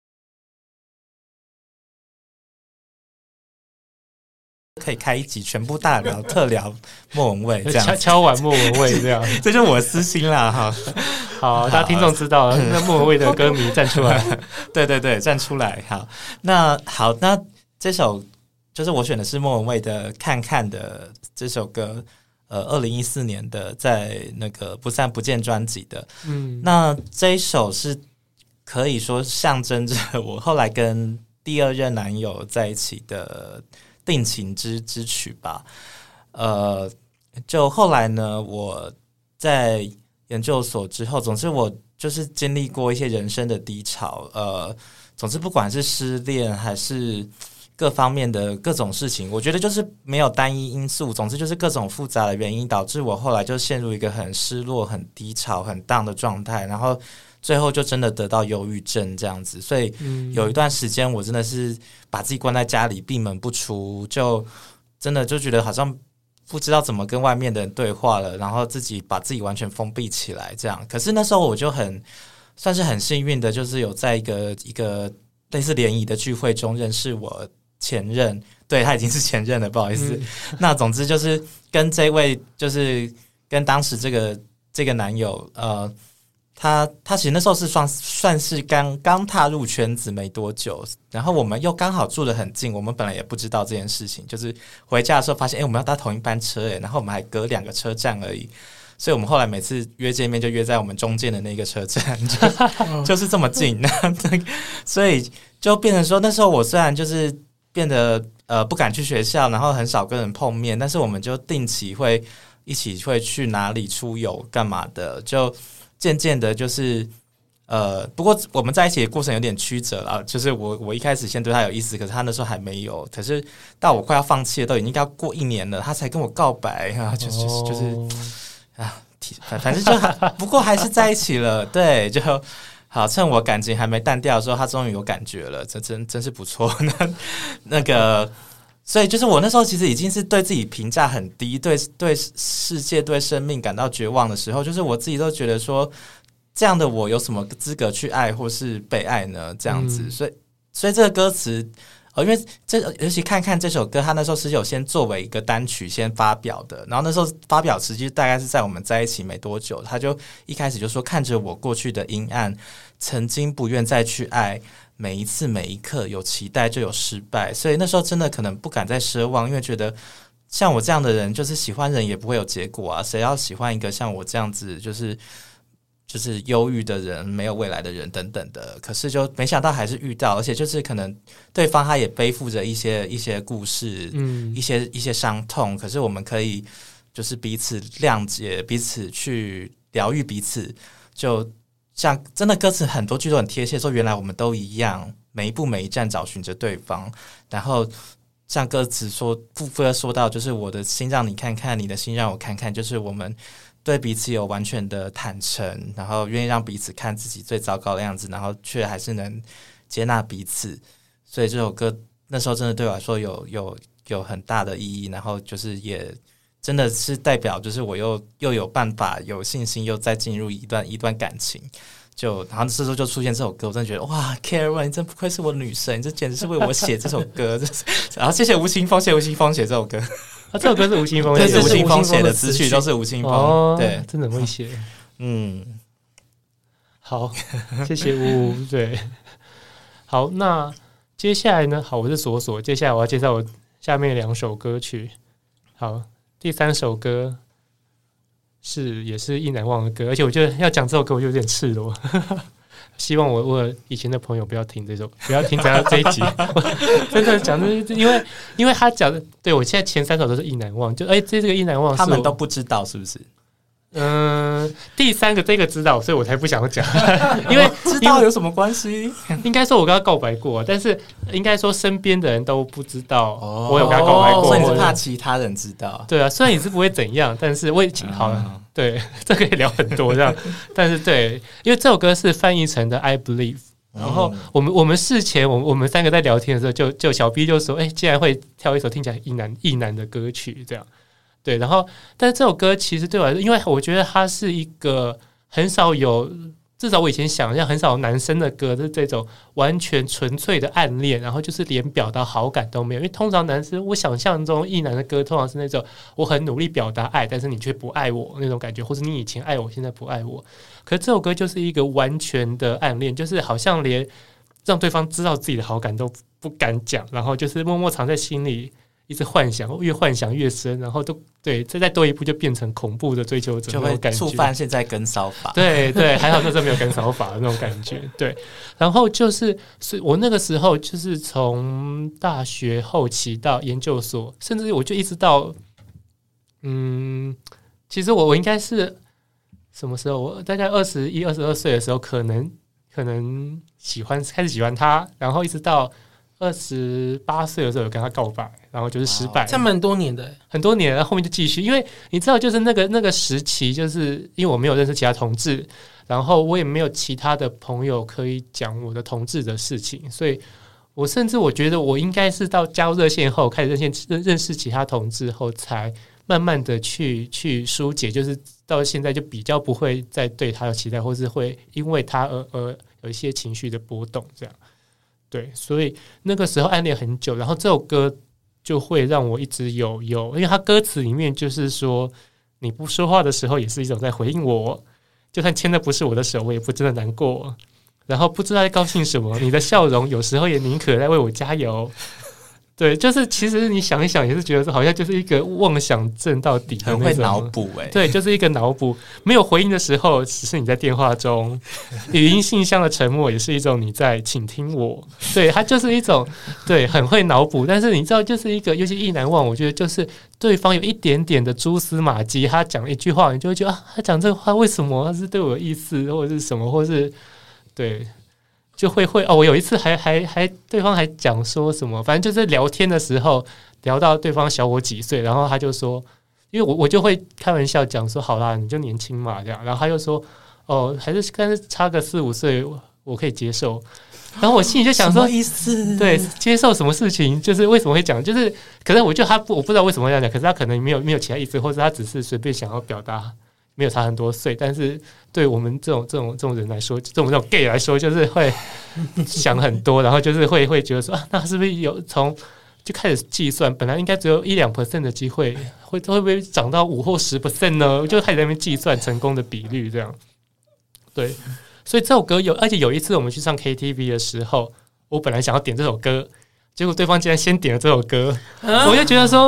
可以开一集全部大聊特聊莫文蔚这样敲敲完莫文蔚这样这就是我的私心啦哈。 好，大家听众知道了，那莫文蔚的歌迷站出来对对对，站出来。好，那好，那这首就是我选的是莫文蔚的《看看》的这首歌，呃，二零一四年的在那个不散不见专辑的。嗯，那这一首是可以说象征着我后来跟第二任男友在一起的定情之之曲吧。呃，就后来呢，我在研究所之后，总之我就是经历过一些人生的低潮，呃，总之不管是失恋还是各方面的各种事情，我觉得就是没有单一因素，总之就是各种复杂的原因导致我后来就陷入一个很失落、很低潮、很 down 的状态，然后最后就真的得到忧郁症这样子。所以有一段时间我真的是把自己关在家里，闭门不出，就真的就觉得好像不知道怎么跟外面的人对话了，然后自己把自己完全封闭起来这样。可是那时候我就很算是很幸运的，就是有在一个一个类似联谊的聚会中认识我前任，对，他已经是前任了，不好意思、嗯、那总之就是跟这位就是跟当时这个这个男友呃他他其实那时候是算算是刚刚踏入圈子没多久，然后我们又刚好住得很近，我们本来也不知道这件事情，就是回家的时候发现，哎、欸，我们要搭同一班车，哎，然后我们还隔两个车站而已，所以我们后来每次约见面就约在我们中间的那个车站，就就是这么近，所以就变成说，那时候我虽然就是变得呃不敢去学校，然后很少跟人碰面，但是我们就定期会一起会去哪里出游干嘛的，就渐渐的就是呃，不过我们在一起的过程有点曲折啦，就是我我一开始先对他有意思，可是他那时候还没有，可是到我快要放弃了，都已经要过一年了，他才跟我告白啊，就是就是就是啊，反正就不过还是在一起了，对，就好，趁我感情还没淡掉的时候，他终于有感觉了，这真真是不错。那那个。所以就是我那时候其实已经是对自己评价很低，对对世界对生命感到绝望的时候，就是我自己都觉得说这样的我有什么资格去爱或是被爱呢？这样子，嗯、所以所以这个歌词，呃，因为这尤其看看这首歌，他那时候是有先作为一个单曲先发表的，然后那时候发表时机大概是在我们在一起没多久，他就一开始就说看着我过去的阴暗，曾经不愿再去爱。每一次每一刻有期待就有失败，所以那时候真的可能不敢再奢望，因为觉得像我这样的人就是喜欢人也不会有结果啊，谁要喜欢一个像我这样子就是就是忧郁的人、没有未来的人等等的，可是就没想到还是遇到，而且就是可能对方他也背负着一些一些故事，嗯，一些一些伤痛，可是我们可以就是彼此谅解，彼此去疗愈彼此，就像真的歌词很多句都很贴切，说原来我们都一样，每一步每一站找寻着对方，然后像歌词说，副歌说到，就是我的心让你看看，你的心让我看看，就是我们对彼此有完全的坦诚，然后愿意让彼此看自己最糟糕的样子，然后却还是能接纳彼此。所以这首歌那时候真的对我来说有有有很大的意义，然后就是也真的是代表，就是我又又有办法、有信心，又再进入一段一段感情。就然后这时候就出现这首歌，我真的觉得哇 ，Karen， 你真不愧是我女神，你这简直是为我写这首歌。然后谢谢吴青峰，谢谢吴青峰写这首歌。 啊，这首歌是吴青峰写的， 这是吴青峰写的词曲，都是吴青峰。 哦， 对， 真的很会写。 嗯， 好，谢谢吴。对，好，那接下来呢？好，我是索索，接下来我要介绍我下面两首歌曲。好，第三首歌是也是意难忘的歌，而且我觉得要讲这首歌，我就有点赤裸。希望我我以前的朋友不要听这首，不要听这这一集。真的讲的，因为因为他讲的，对我现在前三首都是意难忘，就哎、欸，这这个意难忘， 他们都不知道是不是？ 嗯、呃，第三个这个知道，所以我才不想讲，因为知道有什么关系？ 应该说我跟他告白过，但是应该说身边的人都不知道我有跟他告白过， 所以你是怕其他人知道？ 对啊，虽然你是不会怎样，但是我也挺好了。嗯对，这可以聊很多这样，但是对，因为这首歌是翻译成的 I Believe， 然后我们我们事前我们我们三个在聊天的时候，就就小 B 就说，哎、欸，竟然会挑一首听起来意难意难的歌曲这样，对，然后但是这首歌其实对我来说，因为我觉得它是一个很少有。至少我以前想象很少男生的歌是这种完全纯粹的暗恋，然后就是连表达好感都没有。因为通常男生，我想象中意男的歌通常是那种我很努力表达爱，但是你却不爱我那种感觉，或是你以前爱我，现在不爱我。可是这首歌就是一个完全的暗恋，就是好像连让对方知道自己的好感都不敢讲，然后就是默默藏在心里。一直幻想，越幻想越深，然后都对，再再多一步就变成恐怖的追求者， 就会触犯现在跟骚法。 对对，还好那时候没有跟骚法的那种感觉。对，然后就是是我那个时候就是从大学后期到研究所，甚至我就一直到，嗯，其实我我应该是什么时候？我大概二十一、二十二岁的时候，可能可能喜欢开始喜欢他，然后一直到。二十八岁的时候有跟他告白，然后就是失败， 这蛮多年的， 很多年，然后后面就继续，因为你知道，就是那个那个时期，就是因为我没有认识其他同志，然后我也没有其他的朋友可以讲我的同志的事情，所以我甚至我觉得我应该是到加入热线后，开始认识认识其他同志后，才慢慢的去去疏解，就是到现在就比较不会再对他有期待，或是会因为他而而有一些情绪的波动，这样。对，所以那个时候暗恋很久，然后这首歌就会让我一直有有，因为它歌词里面就是说，你不说话的时候也是一种在回应我，就算牵的不是我的手，我也不真的难过，然后不知道在高兴什么，你的笑容有时候也宁可在为我加油。对，就是其实你想一想，也是觉得说好像就是一个妄想症到底的那种， 很会脑补哎。 对，就是一个脑补。没有回应的时候，只是你在电话中；语音信箱的沉默，也是一种你在倾听我。对，它就是一种对很会脑补。但是你知道，就是一个尤其意难忘，我觉得就是对方有一点点的蛛丝马迹，他讲一句话，你就会觉得啊，他讲这个话为什么？他是对我有意思，或者是什么，或是对。就会会哦，我有一次还还还对方还讲说什么，反正就是聊天的时候聊到对方小我几岁，然后他就说，因为我我就会开玩笑讲说，好啦，你就年轻嘛这样，然后他就说，哦，还是但是差个四五岁，我可以接受。然后我心里就想说， 什么意思？ 对，接受什么事情？就是为什么会讲？就是可能我觉得他不，我不知道为什么会这样讲，可是他可能没有没有其他意思，或者他只是随便想要表达。没有差很多岁，但是对我们这种这种这种人来说，这种这种 gay 来说，就是会想很多，然后就是会会觉得说啊，那是不是有从就开始计算，本来应该只有一两 percent 的机会，会会不会涨到五或十 percent 呢？就开始在那边计算成功的比率，这样。对，所以这首歌有，而且有一次我们去唱 K T V 的时候，我本来想要点这首歌，结果对方竟然先点了这首歌，啊、我就觉得说。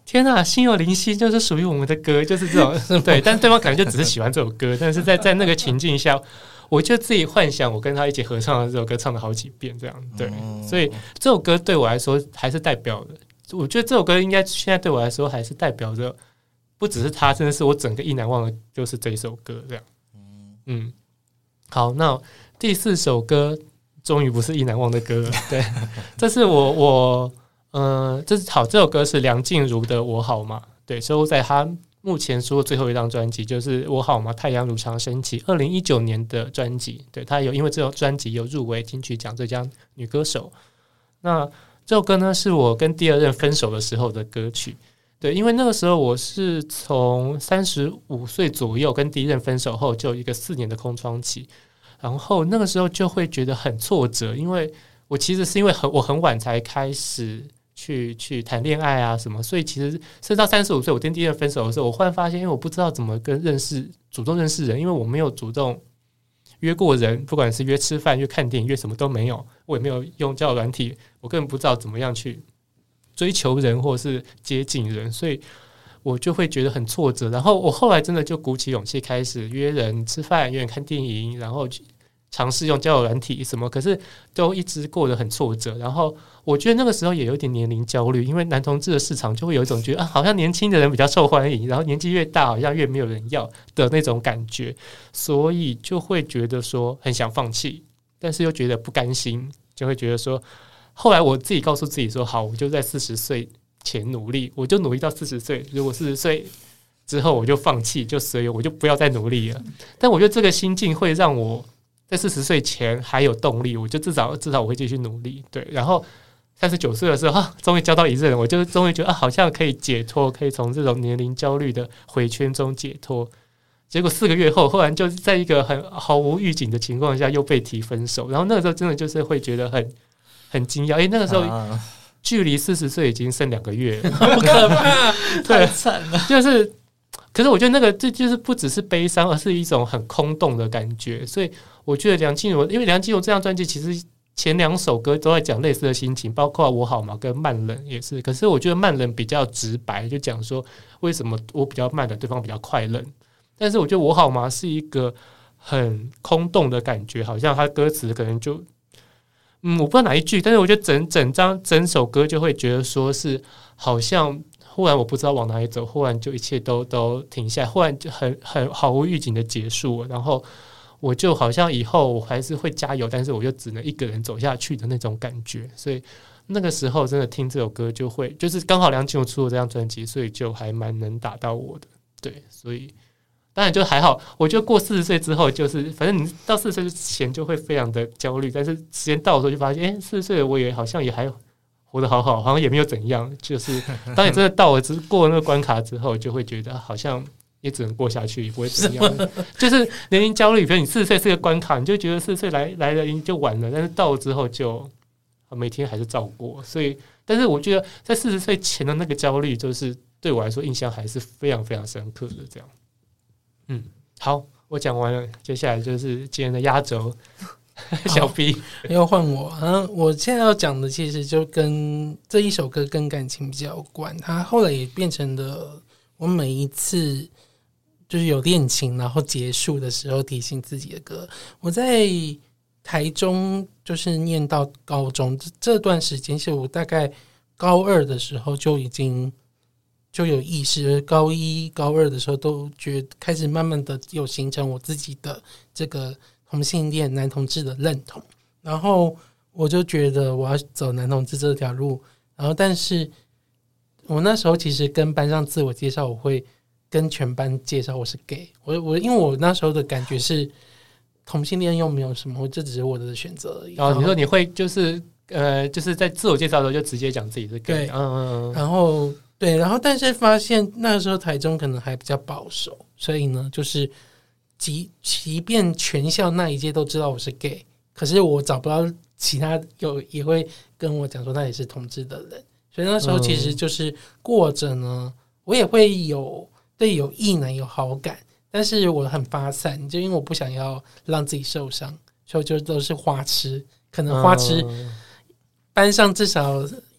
天哪，心有灵犀就是属于我们的歌，就是这种对，但对方可能就只是喜欢这首歌，但是在在那个情境下，我就自己幻想我跟他一起合唱的这首歌唱了好几遍这样，对，嗯、所以这首歌对我来说还是代表的，我觉得这首歌应该现在对我来说还是代表着，不只是他，真的是我整个意难忘的，就是这一首歌这样，嗯，好，那第四首歌终于不是意难忘的歌了，对，这是我我。呃，这是好，这首歌是梁静茹的《我好吗》，对，收录在她目前出的最后一张专辑，就是《我好吗》，太阳如常升起，二零一九年的专辑。对，她有因为这首专辑有入围金曲奖最佳女歌手。那这首歌呢，是我跟第二任分手的时候的歌曲。对，因为那个时候我是从三十五岁左右跟第一任分手后，就有一个四年的空窗期，然后那个时候就会觉得很挫折，因为我其实是因为很我很晚才开始。去去谈恋爱啊什么，所以其实甚至到三十五岁，我跟第一任分手的时候，我忽然发现，因为我不知道怎么跟认识主动认识人，因为我没有主动约过人，不管是约吃饭、约看电影、约什么都没有，我也没有用交友软体，我根本不知道怎么样去追求人或是接近人，所以我就会觉得很挫折。然后我后来真的就鼓起勇气开始约人吃饭、约人看电影，然后尝试用交友软体什么，可是都一直过得很挫折。然后我觉得那个时候也有点年龄焦虑，因为男同志的市场就会有一种觉得、啊、好像年轻的人比较受欢迎，然后年纪越大好像越没有人要的那种感觉，所以就会觉得说很想放弃，但是又觉得不甘心，就会觉得说，后来我自己告诉自己说，好，我就在四十岁前努力，我就努力到四十岁，如果四十岁之后我就放弃，就随我就不要再努力了。但我觉得这个心境会让我在四十岁前还有动力，我就至少至少我会继续努力，对。然后三十九岁的时候，啊，终于交到一任，我就终于觉得、啊、好像可以解脱，可以从这种年龄焦虑的回圈中解脱。结果四个月后，忽然就在一个很毫无预警的情况下又被提分手，然后那个时候真的就是会觉得很很惊讶，哎，那个时候距离四十岁已经剩两个月了， 好可怕， 太惨了， 就是。可是我觉得那个这就是不只是悲伤，而是一种很空洞的感觉。所以我觉得梁静茹，因为梁静茹这张专辑其实前两首歌都在讲类似的心情，包括我好吗跟慢冷也是。可是我觉得慢冷比较直白，就讲说为什么我比较慢的，对方比较快冷。但是我觉得我好吗是一个很空洞的感觉，好像他歌词可能就嗯我不知道哪一句，但是我觉得整整张整首歌就会觉得说是好像。忽然我不知道往哪里走，忽然就一切都都停下来，忽然就很很毫无预警的结束了，然后我就好像以后我还是会加油，但是我就只能一个人走下去的那种感觉。所以那个时候真的听这首歌就会，就是刚好梁静茹出了这张专辑，所以就还蛮能打到我的。对，所以当然就还好。我觉得过四十岁之后，就是反正你到四十岁之前就会非常的焦虑，但是时间到的时候就发现，哎，四十岁我也好像也还。活得好好，好像也没有怎样。就是当你真的到了，只是过了那个关卡之后，就会觉得好像也只能过下去，也不会怎样。就是年龄焦虑，比如你四十岁是个关卡，你就觉得四十岁来来了就晚了，但是到了之后就每天还是照过。所以，但是我觉得在四十岁前的那个焦虑，就是对我来说印象还是非常非常深刻的。这样，嗯，好，我讲完了，接下来就是今天的压轴。小 B 要换我啊！我现在要讲的其实就跟这一首歌跟感情比较有关，它后来也变成了我每一次就是有恋情然后结束的时候提醒自己的歌。我在台中就是念到高中这段时间，是我大概高二的时候就已经就有意识，高一高二的时候都觉得开始慢慢的有形成我自己的这个同性恋男同志的认同，然后我就觉得我要走男同志这条路，然后但是我那时候其实跟班上自我介绍，我会跟全班介绍我是 gay， 我我因为我那时候的感觉是同性恋又没有什么，这只是我的选择而已。 哦，你说你会就是呃，就是在自我介绍的时候就直接讲自己是 gay， 对，嗯，然后对，然后但是发现那个时候台中可能还比较保守，所以呢，就是即即便全校那一届都知道我是 gay， 可是我找不到其他有也会跟我讲说他也是同志的人，所以那时候其实就是过着呢，我也会有对有异男有好感，但是我很发散，就因为我不想要让自己受伤，所以就都是花痴，可能花痴班上至少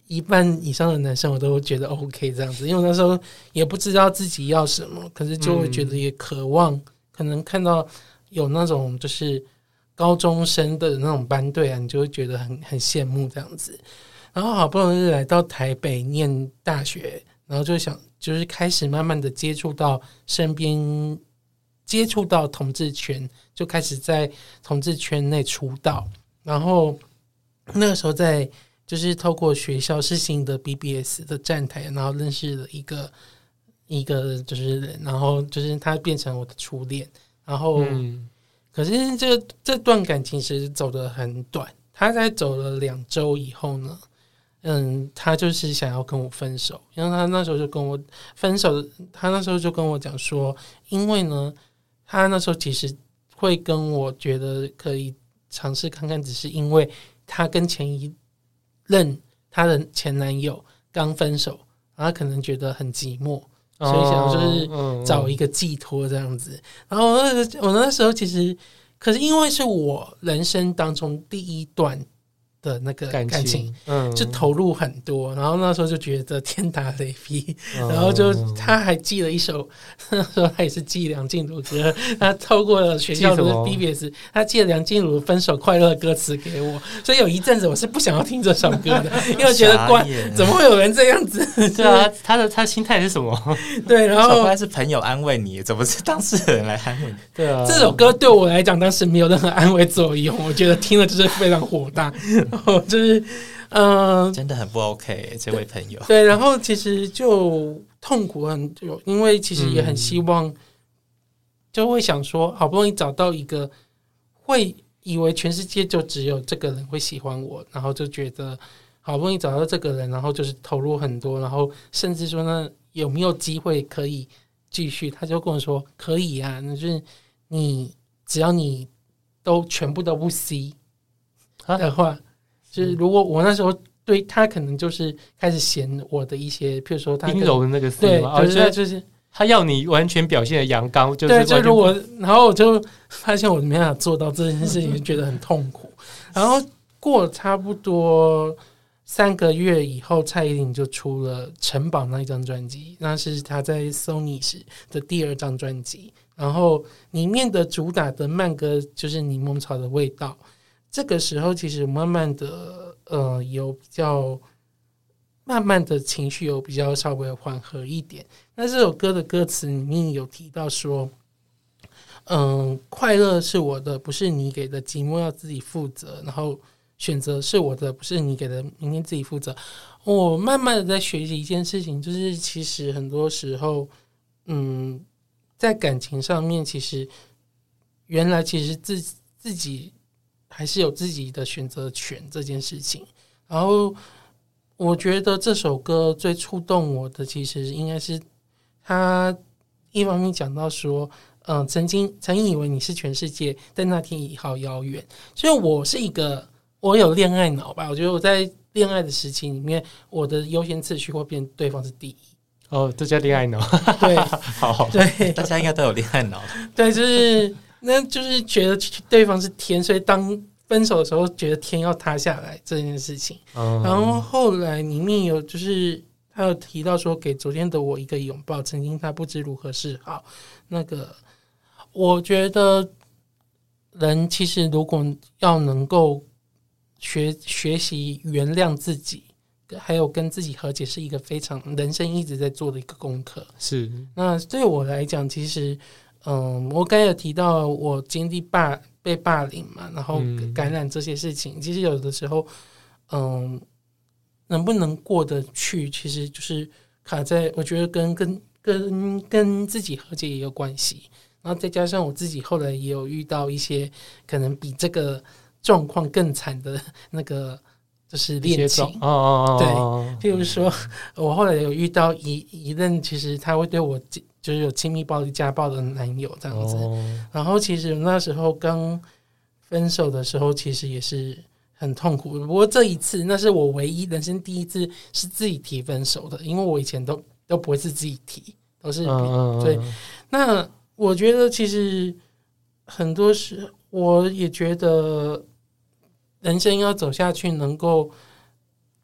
一半以上的男生我都觉得 OK 这样子，因为那时候也不知道自己要什么，可是就会觉得也渴望，嗯、可能看到有那种就是高中生的那种班队啊，你就会觉得很很羡慕这样子。然后好不容易来到台北念大学，然后就想就是开始慢慢的接触到身边接触到同志圈，就开始在同志圈内出道，然后那个时候在。就是透过学校试行的 B B S 的站台，然后认识了一个一个就是人，然后就是他变成我的初恋，然后、嗯、可是这这段感情其实走得很短，他在走了两周以后呢，嗯，他就是想要跟我分手，因为他那时候就跟我分手，他那时候就跟我讲说，因为呢，他那时候其实会跟我觉得可以尝试看看，只是因为他跟前一任他的前男友刚分手，然后可能觉得很寂寞，所以想就是找一个寄托这样子。然后我那时候其实，可是因为是我人生当中第一段的那个感情，感情嗯、就投入很多，然后那时候就觉得天打雷劈，嗯、然后就他还寄了一首，那时候他也是寄梁静茹歌，他透过了学校的 B B S， 他寄了梁静茹分手快乐歌词给我，所以有一阵子我是不想要听这首歌的，因为我觉得怪，怎么会有人这样子？ 对啊，他的他心态是什么？ 对，然后他是朋友安慰你，怎么是当事人来安慰你？ 对啊， 这首歌对我来讲当时没有任何安慰作用，我觉得听了就是非常火大。然后就是，嗯、呃， 真的很不 OK， 这位朋友。 对，然后其实就痛苦很久，因为其实也很希望，嗯、就会想说，好不容易找到一个，会以为全世界就只有这个人会喜欢我，然后就觉得好不容易找到这个人，然后就是投入很多，然后甚至说呢，有没有机会可以继续？他就跟我说可以啊，那就是你只要你都全部都不 C 的话。就是如果我那时候对他可能就是开始嫌我的一些，譬如说他阴柔的那个 C 嘛， 对，就是就是他要你完全表现的阳刚，就是对，就如果然后我就发现我没办法做到这件事情，觉得很痛苦。然后过了差不多三个月以后，蔡依林就出了《城堡》那一张专辑，那是他在 Sony 时的第二张专辑，然后里面的主打的慢歌就是柠檬草的味道。这个时候其实慢慢的呃有比较慢慢的情绪有比较稍微缓和一点。那这首歌的歌词里面有提到说，嗯、呃，快乐是我的，不是你给的，寂寞要自己负责，然后选择是我的，不是你给的，明天自己负责。我慢慢的在学习一件事情，就是其实很多时候嗯在感情上面，其实原来其实自自己还是有自己的选择权这件事情。然后我觉得这首歌最触动我的，其实应该是他一方面讲到说，嗯、呃，曾经曾以为你是全世界，但那天已好遥远。所以我是一个，我有恋爱脑吧。我觉得我在恋爱的时期里面，我的优先次序会变对方是第一。 哦，这叫恋爱脑。 对， 好， 对， 大家应该都有恋爱脑。 对，就是那就是觉得对方是天，所以当分手的时候觉得天要塌下来这件事情。嗯、然后后来里面有就是他有提到说，给昨天的我一个拥抱，曾经他不知如何是好。那个我觉得人其实如果要能够学学习原谅自己，还有跟自己和解，是一个非常人生一直在做的一个功课。 是，那对我来讲，其实嗯，我刚才有提到我经历霸被霸凌嘛，然后感染这些事情，嗯、其实有的时候，嗯，能不能过得去，其实就是卡在我觉得跟跟跟跟自己和解也有关系。然后再加上我自己后来也有遇到一些可能比这个状况更惨的那个就是恋情哦哦哦，对，譬如说我后来有遇到一一任，其实他会对我就是有亲密暴力家暴的男友这样子，哦、然后其实那时候刚分手的时候，其实也是很痛苦。不过这一次，那是我唯一人生第一次是自己提分手的，因为我以前都都不会是自己提，都是嗯对。那我觉得其实很多时，我也觉得人生要走下去，能够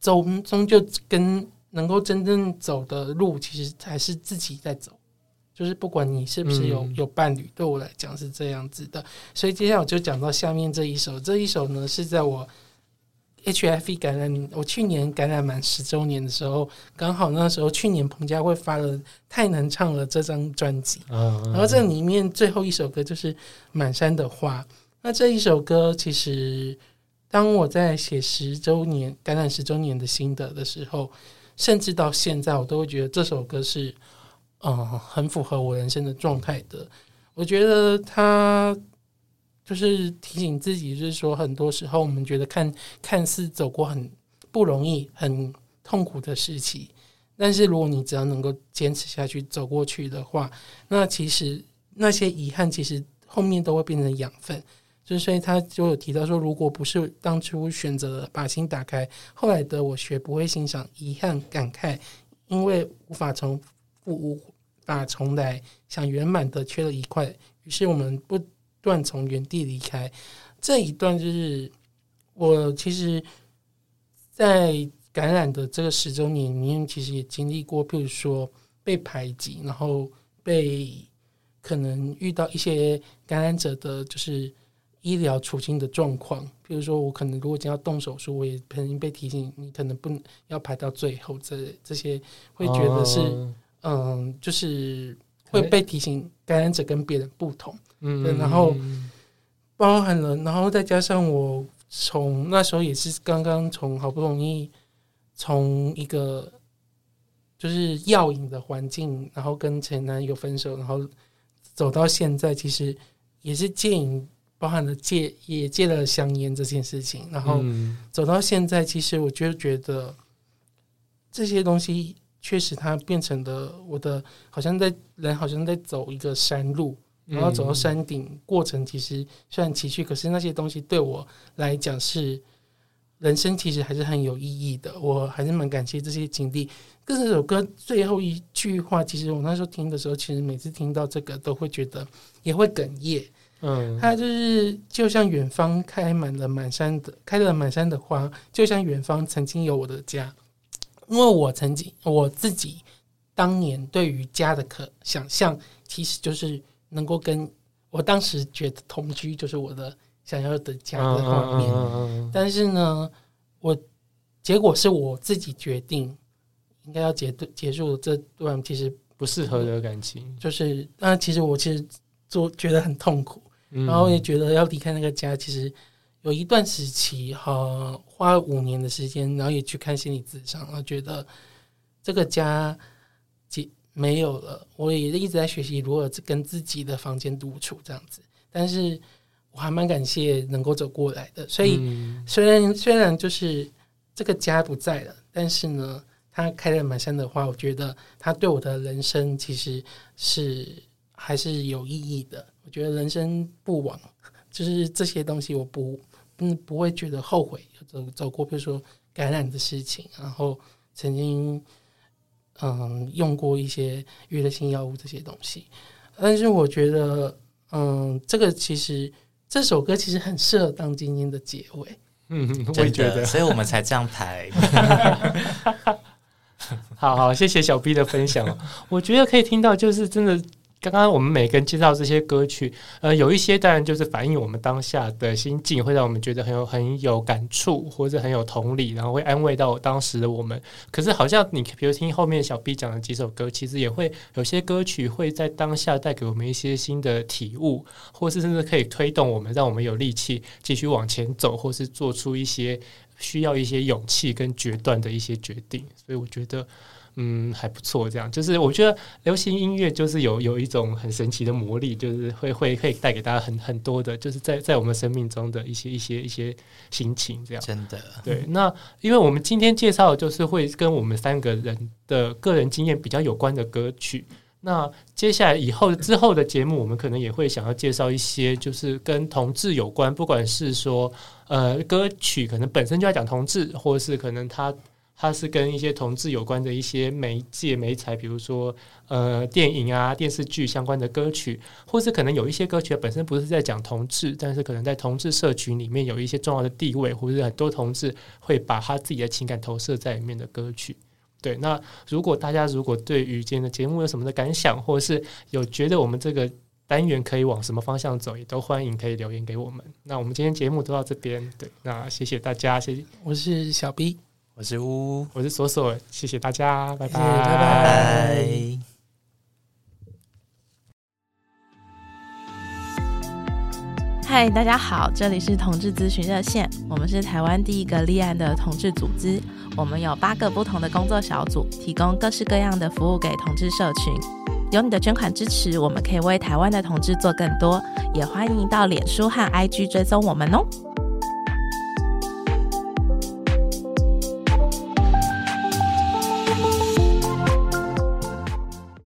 走终究跟能够真正走的路，其实还是自己在走。就是不管你是不是有、嗯、有伴侣，对我来讲是这样子的。所以接下来我就讲到下面这一首，这一首呢是在我 H I V 感染，我去年感染满十周年的时候，刚好那时候去年彭佳慧发了《太难唱了》这张专辑、嗯，然后这里面最后一首歌就是《满山的花》。那这一首歌其实当我在写十周年感染十周年的心得的时候，甚至到现在我都会觉得这首歌是嗯很符合我人生的状态的。我觉得它就是提醒自己，就是说很多时候我们觉得看看似走过很不容易很痛苦的事情，但是如果你只要能够坚持下去走过去的话，那其实那些遗憾其实后面都会变成养分。就是所以他就有提到说，如果不是当初选择了把心打开，后来的我学不会欣赏遗憾感慨，因为无法重复无法重来，想圆满的缺了一块，于是我们不断从原地离开。这一段就是我其实在感染的这个十周年里面，其实也经历过，譬如说被排挤，然后被可能遇到一些感染者的就是医疗处境的状况，比如说我可能如果今天要动手术，我也曾经被提醒你可能不要排到最后，这这些会觉得是、哦、嗯，就是会被提醒感染者跟别人不同，嗯，对，然后包含了，然后再加上我从那时候也是刚刚从好不容易从一个就是药瘾的环境，然后跟前男友分手，然后走到现在，其实也是戒瘾。包含了戒也戒了香烟这件事情，然后走到现在，其实我就觉得这些东西确实它变成了我的，好像在人好像在走一个山路，然后走到山顶，过程其实虽然崎岖，可是那些东西对我来讲是人生其实还是很有意义的，我还是蛮感谢这些经历。跟这首歌最后一句话，其实我那时候听的时候，其实每次听到这个都会觉得也会哽咽。嗯，它就是就像远方开满了满山的开了满山的花，就像远方曾经有我的家。因为我曾经我自己当年对于家的可想象，其实就是能够跟我当时觉得同居就是我的想要的家的画面。嗯嗯嗯嗯，但是呢，我结果是我自己决定应该要结结束这段其实不适合的感情， 就是那其实我其实做觉得很痛苦。然后也觉得要离开那个家，其实有一段时期哈，花了五年的时间，然后也去看心理咨商，然后觉得这个家没有了。我也一直在学习如何跟自己的房间独处这样子，但是我还蛮感谢能够走过来的。所以虽然虽然就是这个家不在了，但是呢，它开了满山的花，我觉得它对我的人生其实是还是有意义的。我觉得人生不枉，就是这些东西我不嗯不会觉得后悔走走过，比如说感染的事情，然后曾经嗯用过一些娱乐性药物这些东西，但是我觉得嗯这个其实这首歌其实很适合当今天的结尾。 嗯，我也觉得， 所以我们才这样排。 好好，谢谢小 B 的分享哦。我觉得可以听到，就是真的。刚刚我们每个人介绍这些歌曲，呃，有一些当然就是反映我们当下的心境，会让我们觉得很有很有感触，或者很有同理，然后会安慰到当时的我们。可是好像你比如听后面小 B 讲的几首歌，其实也会有些歌曲会在当下带给我们一些新的体悟，或是甚至可以推动我们，让我们有力气继续往前走，或是做出一些需要一些勇气跟决断的一些决定。所以我觉得嗯，还不错。这样就是我觉得流行音乐就是有有一种很神奇的魔力，就是会会可以带给大家很很多的，就是在在我们生命中的一些一些一些心情。这样真的对。那因为我们今天介绍的就是会跟我们三个人的个人经验比较有关的歌曲。那接下来以后之后的节目，我们可能也会想要介绍一些就是跟同志有关，不管是说呃歌曲可能本身就要讲同志，或者是可能他它是跟一些同志有关的一些媒介媒材，比如说呃电影啊、电视剧相关的歌曲，或是可能有一些歌曲本身不是在讲同志，但是可能在同志社群里面有一些重要的地位，或是很多同志会把他自己的情感投射在里面的歌曲。对，那如果大家如果对于今天的节目有什么的感想，或者是有觉得我们这个单元可以往什么方向走，也都欢迎可以留言给我们。那我们今天节目都到这边，对，那谢谢大家，谢谢。 我是小 B， 我是乌， 我是索索，谢谢大家，拜拜， 拜拜拜拜。 嗨，大家好，这里是同志咨询热线，我们是台湾第一个立案的同志组织，我们有八个不同的工作小组，提供各式各样的服务给同志社群。有你的捐款支持，我们可以为台湾的同志做更多，也欢迎到脸书和 I G 追踪我们哦。